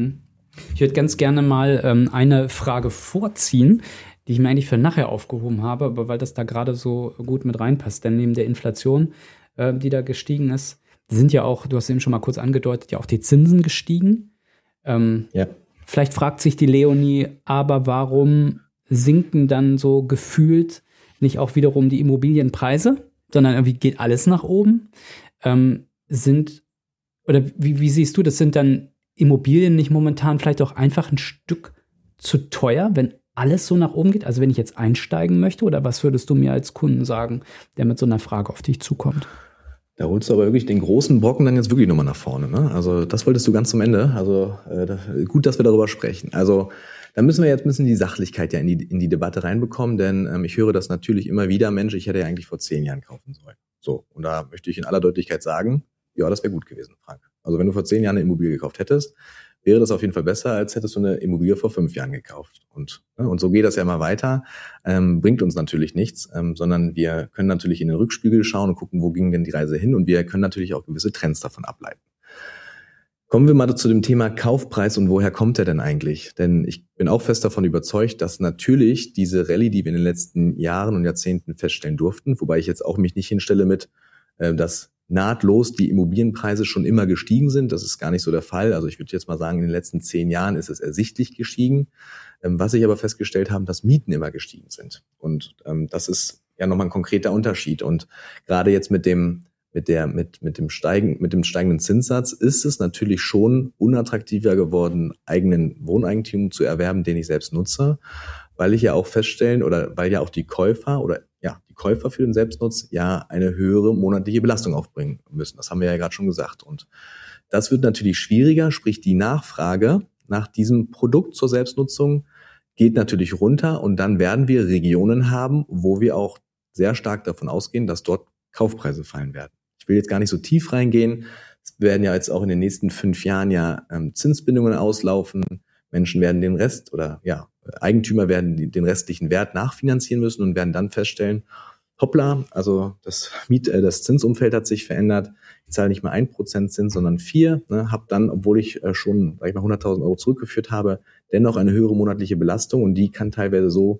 Ich würde ganz gerne mal ähm, eine Frage vorziehen, die ich mir eigentlich für nachher aufgehoben habe, aber weil das da gerade so gut mit reinpasst. Denn neben der Inflation, äh, die da gestiegen ist, sind ja auch, du hast eben schon mal kurz angedeutet, ja auch die Zinsen gestiegen. Ähm, ja. Vielleicht fragt sich die Leonie, aber warum sinken dann so gefühlt nicht auch wiederum die Immobilienpreise, sondern irgendwie geht alles nach oben? Ähm, sind, oder wie, wie siehst du, das sind dann Immobilien nicht momentan vielleicht auch einfach ein Stück zu teuer, wenn alles so nach oben geht? Also wenn ich jetzt einsteigen möchte, oder was würdest du mir als Kunden sagen, der mit so einer Frage auf dich zukommt? Da holst du aber wirklich den großen Brocken dann jetzt wirklich nochmal nach vorne, ne? Also das wolltest du ganz zum Ende. Also äh, das, gut, dass wir darüber sprechen. Also da müssen wir jetzt ein bisschen die Sachlichkeit ja in die, in die Debatte reinbekommen, denn ähm, ich höre das natürlich immer wieder, Mensch, ich hätte ja eigentlich vor zehn Jahren kaufen sollen. So, und da möchte ich in aller Deutlichkeit sagen, ja, das wäre gut gewesen, Frank. Also wenn du vor zehn Jahren eine Immobilie gekauft hättest, wäre das auf jeden Fall besser, als hättest du eine Immobilie vor fünf Jahren gekauft. Und, ne, und so geht das ja immer weiter, ähm, bringt uns natürlich nichts, ähm, sondern wir können natürlich in den Rückspiegel schauen und gucken, wo ging denn die Reise hin, und wir können natürlich auch gewisse Trends davon ableiten. Kommen wir mal zu dem Thema Kaufpreis und woher kommt er denn eigentlich? Denn ich bin auch fest davon überzeugt, dass natürlich diese Rallye, die wir in den letzten Jahren und Jahrzehnten feststellen durften, wobei ich jetzt auch mich nicht hinstelle mit, äh, dass nahtlos die Immobilienpreise schon immer gestiegen sind. Das ist gar nicht so der Fall. Also ich würde jetzt mal sagen, in den letzten zehn Jahren ist es ersichtlich gestiegen. Ähm, was ich aber festgestellt habe, dass Mieten immer gestiegen sind. Und ähm, das ist ja nochmal ein konkreter Unterschied. Und gerade jetzt mit dem mit der mit mit dem steigen mit dem steigenden Zinssatz ist es natürlich schon unattraktiver geworden, eigenen Wohneigentum zu erwerben, den ich selbst nutze, weil ich ja auch feststellen oder weil ja auch die Käufer oder ja die Käufer für den Selbstnutz ja eine höhere monatliche Belastung aufbringen müssen. Das haben wir ja gerade schon gesagt. Und das wird natürlich schwieriger, sprich die Nachfrage nach diesem Produkt zur Selbstnutzung geht natürlich runter und dann werden wir Regionen haben, wo wir auch sehr stark davon ausgehen, dass dort Kaufpreise fallen werden. Ich will jetzt gar nicht so tief reingehen. Es werden ja jetzt auch in den nächsten fünf Jahren ja ähm, Zinsbindungen auslaufen. Menschen werden den Rest oder ja, Eigentümer werden die, den restlichen Wert nachfinanzieren müssen und werden dann feststellen, hoppla, also das Miet, äh, das Zinsumfeld hat sich verändert. Ich zahle nicht mehr ein Prozent Zins, sondern vier. Ne, habe dann, obwohl ich äh, schon, sag ich mal, hunderttausend Euro zurückgeführt habe, dennoch eine höhere monatliche Belastung und die kann teilweise so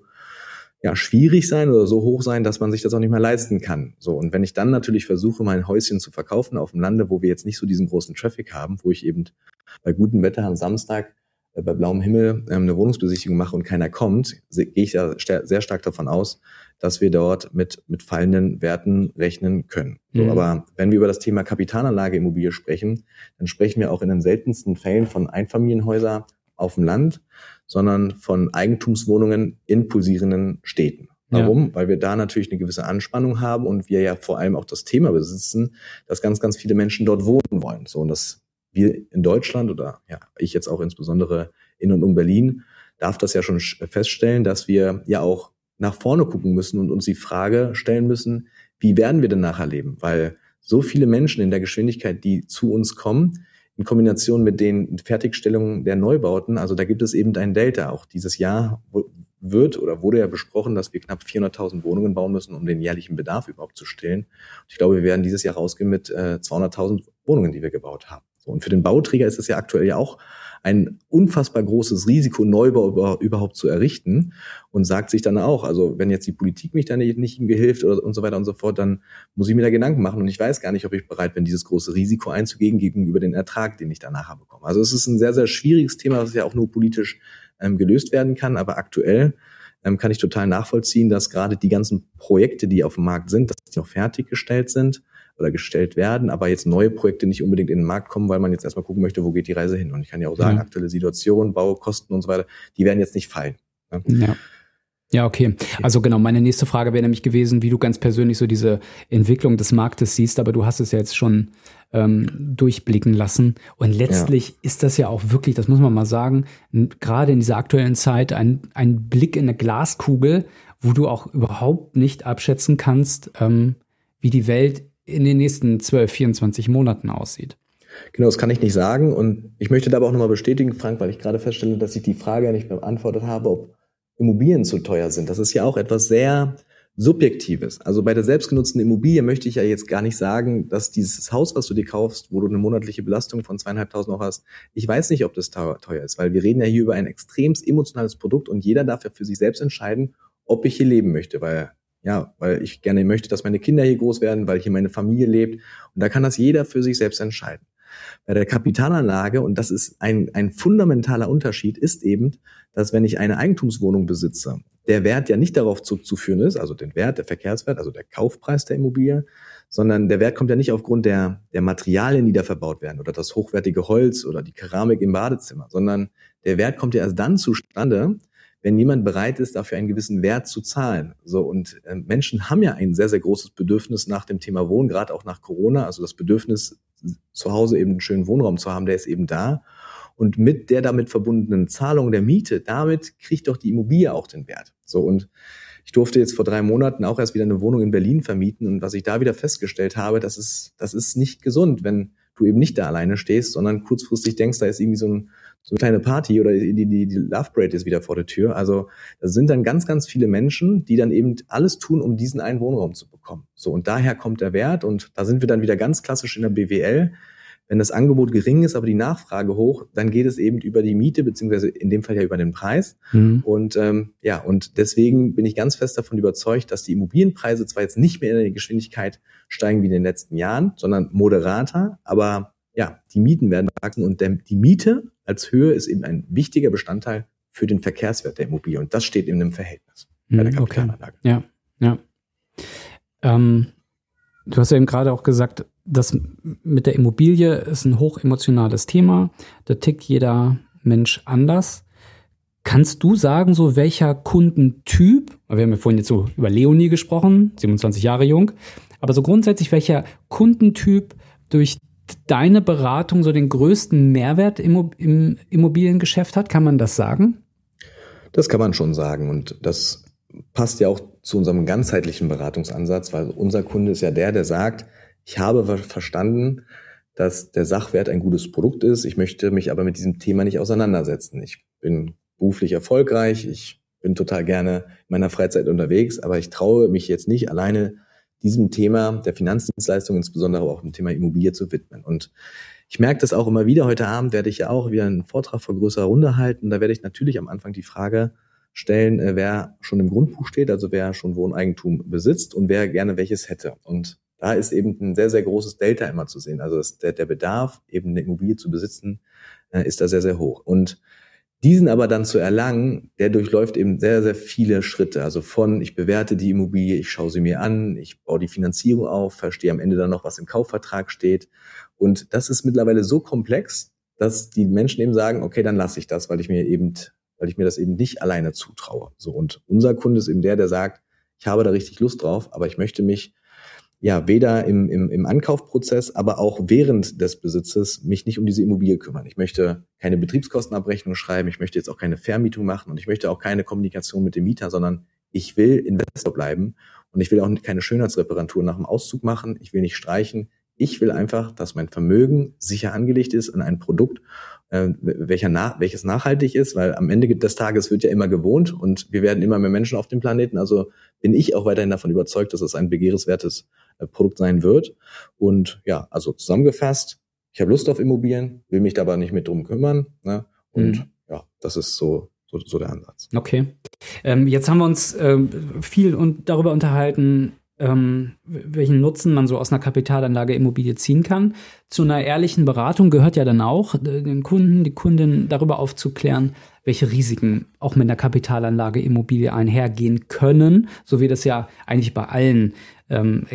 ja schwierig sein oder so hoch sein, dass man sich das auch nicht mehr leisten kann. So, und wenn ich dann natürlich versuche, mein Häuschen zu verkaufen auf dem Lande, wo wir jetzt nicht so diesen großen Traffic haben, wo ich eben bei gutem Wetter am Samstag äh, bei blauem Himmel ähm, eine Wohnungsbesichtigung mache und keiner kommt, se- gehe ich ja st- sehr stark davon aus, dass wir dort mit mit fallenden Werten rechnen können. So, Mhm. aber wenn wir über das Thema Kapitalanlage Immobilie sprechen, dann sprechen wir auch in den seltensten Fällen von Einfamilienhäusern auf dem Land, sondern von Eigentumswohnungen in pulsierenden Städten. Warum? Ja. Weil wir da natürlich eine gewisse Anspannung haben und wir ja vor allem auch das Thema besitzen, dass ganz, ganz viele Menschen dort wohnen wollen. So, und dass wir in Deutschland oder ja, ich jetzt auch insbesondere in und um Berlin, darf das ja schon feststellen, dass wir ja auch nach vorne gucken müssen und uns die Frage stellen müssen, wie werden wir denn nachher leben? Weil so viele Menschen in der Geschwindigkeit, die zu uns kommen, in Kombination mit den Fertigstellungen der Neubauten, also da gibt es eben ein Delta. Auch dieses Jahr wird oder wurde ja besprochen, dass wir knapp vierhunderttausend Wohnungen bauen müssen, um den jährlichen Bedarf überhaupt zu stillen. Und ich glaube, wir werden dieses Jahr rausgehen mit äh, zweihunderttausend Wohnungen, die wir gebaut haben. So, und für den Bauträger ist es ja aktuell ja auch ein unfassbar großes Risiko, Neubau über, überhaupt zu errichten und sagt sich dann auch, also wenn jetzt die Politik mich da nicht, nicht irgendwie hilft oder und so weiter und so fort, dann muss ich mir da Gedanken machen und ich weiß gar nicht, ob ich bereit bin, dieses große Risiko einzugehen gegenüber den Ertrag, den ich danach bekomme. Also es ist ein sehr, sehr schwieriges Thema, das ja auch nur politisch ähm, gelöst werden kann, aber aktuell ähm, kann ich total nachvollziehen, dass gerade die ganzen Projekte, die auf dem Markt sind, dass die noch fertiggestellt sind oder gestellt werden, aber jetzt neue Projekte nicht unbedingt in den Markt kommen, weil man jetzt erstmal gucken möchte, wo geht die Reise hin. Und ich kann ja auch sagen, ja. aktuelle Situation, Baukosten und so weiter, die werden jetzt nicht fallen. Ne? Ja. Ja, okay. Also genau, meine nächste Frage wäre nämlich gewesen, wie du ganz persönlich so diese Entwicklung des Marktes siehst, aber du hast es ja jetzt schon ähm, durchblicken lassen. Und letztlich ja. ist das ja auch wirklich, das muss man mal sagen, gerade in dieser aktuellen Zeit ein, ein Blick in eine Glaskugel, wo du auch überhaupt nicht abschätzen kannst, ähm, wie die Welt in den nächsten zwölf, vierundzwanzig Monaten aussieht. Genau, das kann ich nicht sagen. Und ich möchte da aber auch nochmal bestätigen, Frank, weil ich gerade feststelle, dass ich die Frage ja nicht beantwortet habe, ob Immobilien zu teuer sind. Das ist ja auch etwas sehr Subjektives. Also bei der selbstgenutzten Immobilie möchte ich ja jetzt gar nicht sagen, dass dieses Haus, was du dir kaufst, wo du eine monatliche Belastung von zweieinhalbtausend Euro hast, ich weiß nicht, ob das teuer ist, weil wir reden ja hier über ein extrem emotionales Produkt und jeder darf ja für sich selbst entscheiden, ob ich hier leben möchte, weil Ja, weil ich gerne möchte, dass meine Kinder hier groß werden, weil hier meine Familie lebt. Und da kann das jeder für sich selbst entscheiden. Bei der Kapitalanlage, und das ist ein, ein fundamentaler Unterschied, ist eben, dass wenn ich eine Eigentumswohnung besitze, der Wert ja nicht darauf zurückzuführen ist, also den Wert, der Verkehrswert, also der Kaufpreis der Immobilie, sondern der Wert kommt ja nicht aufgrund der, der Materialien, die da verbaut werden oder das hochwertige Holz oder die Keramik im Badezimmer, sondern der Wert kommt ja erst dann zustande, wenn jemand bereit ist, dafür einen gewissen Wert zu zahlen. So, und äh, Menschen haben ja ein sehr, sehr großes Bedürfnis nach dem Thema Wohnen, gerade auch nach Corona. Also das Bedürfnis, zu Hause eben einen schönen Wohnraum zu haben, der ist eben da. Und mit der damit verbundenen Zahlung der Miete, damit kriegt doch die Immobilie auch den Wert. So, und ich durfte jetzt vor drei Monaten auch erst wieder eine Wohnung in Berlin vermieten. Und was ich da wieder festgestellt habe, das ist, das ist nicht gesund, wenn du eben nicht da alleine stehst, sondern kurzfristig denkst, da ist irgendwie so, ein, so eine kleine Party oder die, die, die Love Parade ist wieder vor der Tür. Also das sind dann ganz, ganz viele Menschen, die dann eben alles tun, um diesen einen Wohnraum zu bekommen. So, und daher kommt der Wert und da sind wir dann wieder ganz klassisch in der B W L. Wenn das Angebot gering ist, aber die Nachfrage hoch, dann geht es eben über die Miete, beziehungsweise in dem Fall ja über den Preis. Mhm. Und ähm, ja, und deswegen bin ich ganz fest davon überzeugt, dass die Immobilienpreise zwar jetzt nicht mehr in der Geschwindigkeit steigen wie in den letzten Jahren, sondern moderater, aber ja, die Mieten werden wachsen und der, die Miete als Höhe ist eben ein wichtiger Bestandteil für den Verkehrswert der Immobilie und das steht in einem Verhältnis mhm, bei der Kapitalanlage. Okay. Ja, ja. Ähm, du hast ja eben gerade auch gesagt, das mit der Immobilie ist ein hochemotionales Thema. Da tickt jeder Mensch anders. Kannst du sagen, so welcher Kundentyp, wir haben ja vorhin jetzt so über Leonie gesprochen, siebenundzwanzig Jahre jung, aber so grundsätzlich welcher Kundentyp durch deine Beratung so den größten Mehrwert im, im Immobiliengeschäft hat? Kann man das sagen? Das kann man schon sagen und das passt ja auch zu unserem ganzheitlichen Beratungsansatz, weil unser Kunde ist ja der, der sagt, ich habe verstanden, dass der Sachwert ein gutes Produkt ist. Ich möchte mich aber mit diesem Thema nicht auseinandersetzen. Ich bin beruflich erfolgreich. Ich bin total gerne in meiner Freizeit unterwegs, aber ich traue mich jetzt nicht alleine diesem Thema der Finanzdienstleistung, insbesondere auch dem Thema Immobilie zu widmen. Und ich merke das auch immer wieder. Heute Abend werde ich ja auch wieder einen Vortrag vor größerer Runde halten. Da werde ich natürlich am Anfang die Frage stellen, wer schon im Grundbuch steht, also wer schon Wohneigentum besitzt und wer gerne welches hätte. Und da ist eben ein sehr, sehr großes Delta immer zu sehen. Also das, der, der Bedarf, eben eine Immobilie zu besitzen, äh, ist da sehr, sehr hoch. Und diesen aber dann zu erlangen, der durchläuft eben sehr, sehr viele Schritte. Also von, ich bewerte die Immobilie, ich schaue sie mir an, ich baue die Finanzierung auf, verstehe am Ende dann noch, was im Kaufvertrag steht. Und das ist mittlerweile so komplex, dass die Menschen eben sagen, okay, dann lasse ich das, weil ich mir eben, weil ich mir das eben nicht alleine zutraue. So, und unser Kunde ist eben der, der sagt, ich habe da richtig Lust drauf, aber ich möchte mich ja weder im, im, im Ankaufprozess, aber auch während des Besitzes mich nicht um diese Immobilie kümmern. Ich möchte keine Betriebskostenabrechnung schreiben, ich möchte jetzt auch keine Vermietung machen und ich möchte auch keine Kommunikation mit dem Mieter, sondern ich will Investor bleiben und ich will auch keine Schönheitsreparatur nach dem Auszug machen, ich will nicht streichen. Ich will einfach, dass mein Vermögen sicher angelegt ist in ein Produkt, äh, welcher na, welches nachhaltig ist, weil am Ende des Tages wird ja immer gewohnt und wir werden immer mehr Menschen auf dem Planeten. Also bin ich auch weiterhin davon überzeugt, dass es ein begehrenswertes äh, Produkt sein wird. Und ja, also zusammengefasst, ich habe Lust auf Immobilien, will mich da aber nicht mit drum kümmern. Ne? Und mhm. ja, das ist so, so, so der Ansatz. Okay. Ähm, jetzt haben wir uns ähm, viel und darüber unterhalten, Ähm, welchen Nutzen man so aus einer Kapitalanlage Immobilie ziehen kann. Zu einer ehrlichen Beratung gehört ja dann auch, den Kunden, die Kundin darüber aufzuklären, welche Risiken auch mit einer Kapitalanlage Immobilie einhergehen können, so wie das ja eigentlich bei allen ähm,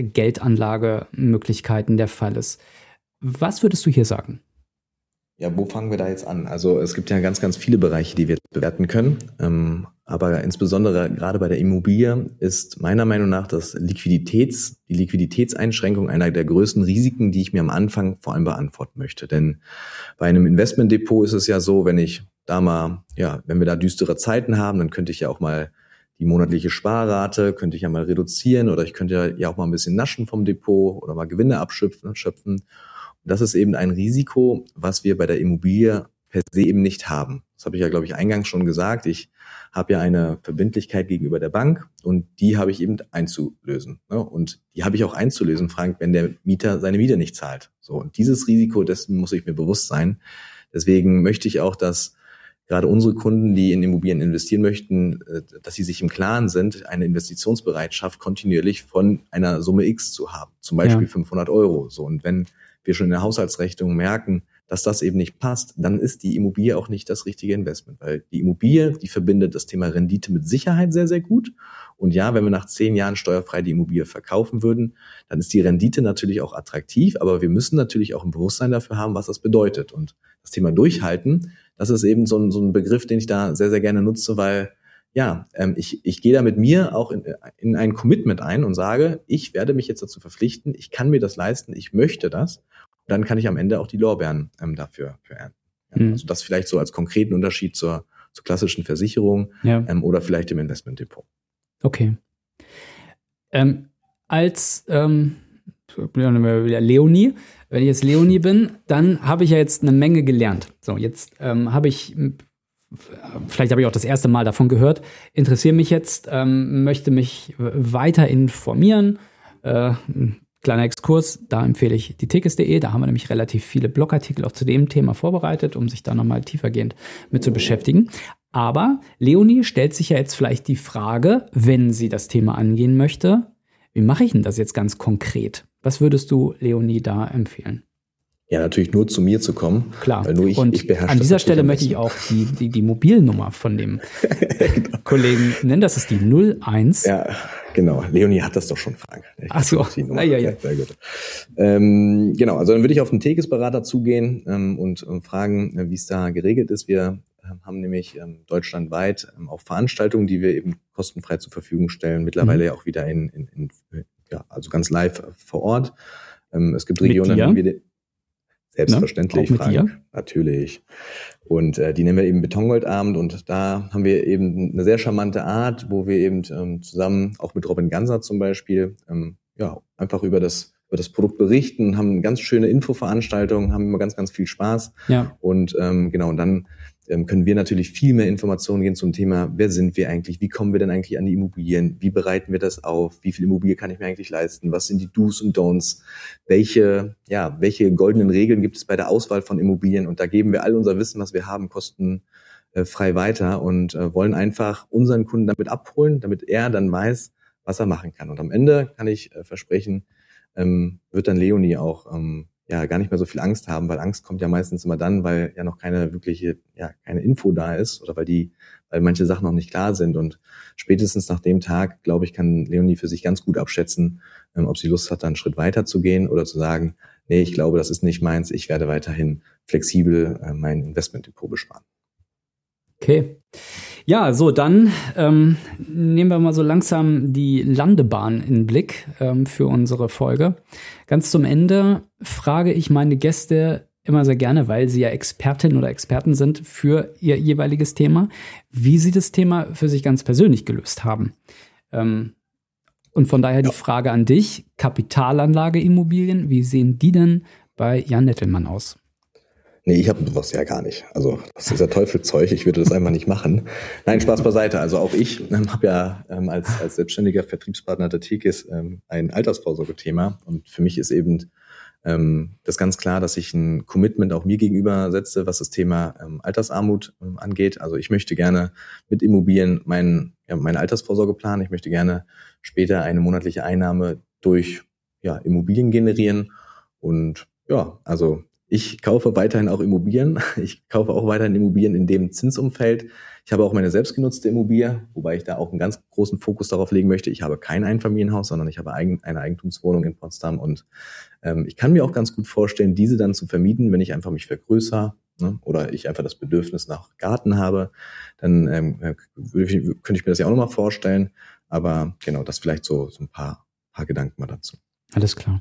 Geldanlagemöglichkeiten der Fall ist. Was würdest du hier sagen? Ja, wo fangen wir da jetzt an? Also es gibt ja ganz, ganz viele Bereiche, die wir bewerten können. Ähm, aber insbesondere gerade bei der Immobilie ist meiner Meinung nach das Liquiditäts, die Liquiditätseinschränkung einer der größten Risiken, die ich mir am Anfang vor allem beantworten möchte. Denn bei einem Investmentdepot ist es ja so, wenn ich da mal, ja, wenn wir da düstere Zeiten haben, dann könnte ich ja auch mal die monatliche Sparrate, könnte ich ja mal reduzieren oder ich könnte ja auch mal ein bisschen naschen vom Depot oder mal Gewinne abschöpfen, schöpfen. Das ist eben ein Risiko, was wir bei der Immobilie per se eben nicht haben. Das habe ich ja, glaube ich, eingangs schon gesagt. Ich habe ja eine Verbindlichkeit gegenüber der Bank und die habe ich eben einzulösen. Und die habe ich auch einzulösen, Frank, wenn der Mieter seine Miete nicht zahlt. So, und dieses Risiko, dessen muss ich mir bewusst sein. Deswegen möchte ich auch, dass gerade unsere Kunden, die in Immobilien investieren möchten, dass sie sich im Klaren sind, eine Investitionsbereitschaft kontinuierlich von einer Summe X zu haben. Zum Beispiel ja. fünfhundert Euro. So, und wenn wir schon in der Haushaltsrechnung merken, dass das eben nicht passt, dann ist die Immobilie auch nicht das richtige Investment. Weil die Immobilie, die verbindet das Thema Rendite mit Sicherheit sehr, sehr gut. Und ja, wenn wir nach zehn Jahren steuerfrei die Immobilie verkaufen würden, dann ist die Rendite natürlich auch attraktiv. Aber wir müssen natürlich auch ein Bewusstsein dafür haben, was das bedeutet. Und das Thema Durchhalten, das ist eben so ein, so ein Begriff, den ich da sehr, sehr gerne nutze, weil ja, ähm, ich, ich gehe da mit mir auch in, in ein Commitment ein und sage, ich werde mich jetzt dazu verpflichten, ich kann mir das leisten, ich möchte das. Und dann kann ich am Ende auch die Lorbeeren ähm, dafür für ernten. Ja, mhm. Also das vielleicht so als konkreten Unterschied zur, zur klassischen Versicherung ja. ähm, oder vielleicht dem Investmentdepot. Okay. Ähm, als ähm, wieder Leonie, wenn ich jetzt Leonie bin, dann habe ich ja jetzt eine Menge gelernt. So, jetzt ähm, habe ich Vielleicht habe ich auch das erste Mal davon gehört, interessiere mich jetzt, ähm, möchte mich weiter informieren. Äh, kleiner Exkurs, da empfehle ich die Tickets punkt de, da haben wir nämlich relativ viele Blogartikel auch zu dem Thema vorbereitet, um sich da nochmal tiefergehend mit zu beschäftigen. Aber Leonie stellt sich ja jetzt vielleicht die Frage, wenn sie das Thema angehen möchte, wie mache ich denn das jetzt ganz konkret? Was würdest du Leonie da empfehlen? Ja, natürlich nur zu mir zu kommen. Klar. Weil nur ich, und ich beherrsche an dieser Stelle möchte ich auch die, die, die Mobilnummer von dem genau. Kollegen nennen. Das ist die null eins. Ja, genau. Leonie hat das doch schon, Frank. Ach so. Ah, ja, ja. Sehr gut. Ähm, genau, also dann würde ich auf den Tekes-Berater zugehen ähm, und äh, fragen, äh, wie es da geregelt ist. Wir äh, haben nämlich ähm, deutschlandweit ähm, auch Veranstaltungen, die wir eben kostenfrei zur Verfügung stellen. Mittlerweile ja mhm. auch wieder in, in, in, ja, also ganz live äh, vor Ort. Ähm, es gibt Regionen, in denen wir de- Selbstverständlich, ja, auch mit Frank, dir? Natürlich. Und äh, die nennen wir eben Betongoldabend und da haben wir eben eine sehr charmante Art, wo wir eben ähm, zusammen, auch mit Robin Ganser zum Beispiel, ähm, ja, einfach über das über das Produkt berichten, haben eine ganz schöne Infoveranstaltungen, haben immer ganz, ganz viel Spaß. Ja. Und ähm, genau, und dann ähm, können wir natürlich viel mehr Informationen geben zum Thema, wer sind wir eigentlich, wie kommen wir denn eigentlich an die Immobilien, wie bereiten wir das auf, wie viel Immobilie kann ich mir eigentlich leisten, was sind die Do's und Don'ts, welche, ja, welche goldenen Regeln gibt es bei der Auswahl von Immobilien, und da geben wir all unser Wissen, was wir haben, kostenfrei weiter und äh, wollen einfach unseren Kunden damit abholen, damit er dann weiß, was er machen kann. Und am Ende kann ich äh, versprechen, ähm, wird dann Leonie auch ähm, ja gar nicht mehr so viel Angst haben, weil Angst kommt ja meistens immer dann, weil ja noch keine wirkliche, ja, keine Info da ist oder weil die, weil manche Sachen noch nicht klar sind. Und spätestens nach dem Tag, glaube ich, kann Leonie für sich ganz gut abschätzen, ähm, ob sie Lust hat, da einen Schritt weiter zu gehen oder zu sagen, nee, ich glaube, das ist nicht meins, ich werde weiterhin flexibel äh, mein Investmentdepot besparen. Okay. Ja, so dann ähm, nehmen wir mal so langsam die Landebahn in den Blick ähm, für unsere Folge. Ganz zum Ende frage ich meine Gäste immer sehr gerne, weil sie ja Expertin oder Experten sind für ihr jeweiliges Thema, wie sie das Thema für sich ganz persönlich gelöst haben. Ähm, und von daher die Frage an dich, Kapitalanlage Immobilien, wie sehen die denn bei Jan Nettelmann aus? Nee, ich habe sowas ja gar nicht. Also das ist ja Teufelzeug, ich würde das einfach nicht machen. Nein, Spaß beiseite. Also auch ich ähm, habe ja ähm, als, als selbstständiger Vertriebspartner der Tekes ähm, ein Altersvorsorgethema. Und für mich ist eben ähm, das ganz klar, dass ich ein Commitment auch mir gegenüber setze, was das Thema ähm, Altersarmut ähm, angeht. Also ich möchte gerne mit Immobilien mein, ja, meine Altersvorsorge planen. Ich möchte gerne später eine monatliche Einnahme durch ja, Immobilien generieren. Und ja, also ich kaufe weiterhin auch Immobilien. Ich kaufe auch weiterhin Immobilien in dem Zinsumfeld. Ich habe auch meine selbstgenutzte Immobilie, wobei ich da auch einen ganz großen Fokus darauf legen möchte. Ich habe kein Einfamilienhaus, sondern ich habe eine Eigentumswohnung in Potsdam. Und ähm, ich kann mir auch ganz gut vorstellen, diese dann zu vermieten, wenn ich einfach mich vergrößere, ne, oder ich einfach das Bedürfnis nach Garten habe. Dann ähm, könnte ich mir das ja auch nochmal vorstellen. Aber genau, das vielleicht so, so ein paar, paar Gedanken mal dazu. Alles klar.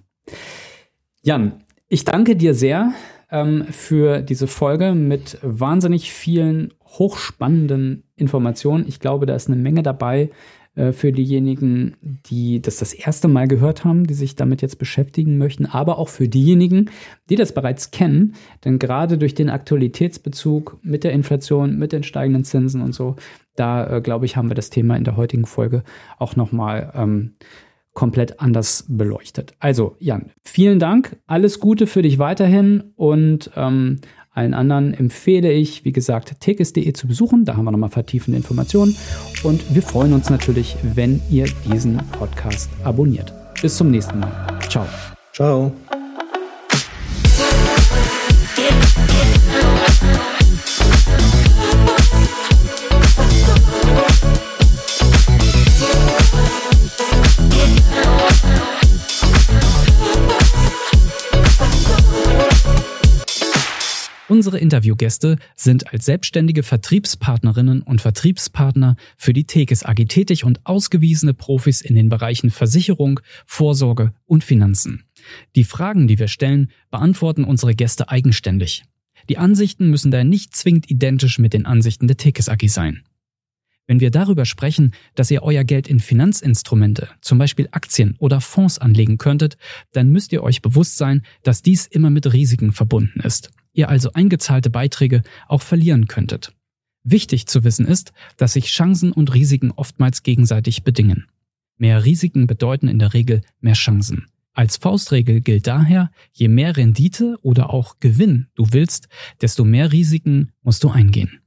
Jan, ich danke dir sehr ähm, für diese Folge mit wahnsinnig vielen hochspannenden Informationen. Ich glaube, da ist eine Menge dabei äh, für diejenigen, die das das erste Mal gehört haben, die sich damit jetzt beschäftigen möchten, aber auch für diejenigen, die das bereits kennen. Denn gerade durch den Aktualitätsbezug mit der Inflation, mit den steigenden Zinsen und so, da äh, glaube ich, haben wir das Thema in der heutigen Folge auch nochmal ähm, komplett anders beleuchtet. Also Jan, vielen Dank, alles Gute für dich weiterhin und ähm, allen anderen empfehle ich, wie gesagt, tekes punkt de zu besuchen, da haben wir nochmal vertiefende Informationen und wir freuen uns natürlich, wenn ihr diesen Podcast abonniert. Bis zum nächsten Mal. Ciao. Ciao. Unsere Interviewgäste sind als selbstständige Vertriebspartnerinnen und Vertriebspartner für die Tekes A G tätig und ausgewiesene Profis in den Bereichen Versicherung, Vorsorge und Finanzen. Die Fragen, die wir stellen, beantworten unsere Gäste eigenständig. Die Ansichten müssen daher nicht zwingend identisch mit den Ansichten der Tekes A G sein. Wenn wir darüber sprechen, dass ihr euer Geld in Finanzinstrumente, zum Beispiel Aktien oder Fonds anlegen könntet, dann müsst ihr euch bewusst sein, dass dies immer mit Risiken verbunden ist. Ihr also eingezahlte Beiträge auch verlieren könntet. Wichtig zu wissen ist, dass sich Chancen und Risiken oftmals gegenseitig bedingen. Mehr Risiken bedeuten in der Regel mehr Chancen. Als Faustregel gilt daher, je mehr Rendite oder auch Gewinn du willst, desto mehr Risiken musst du eingehen.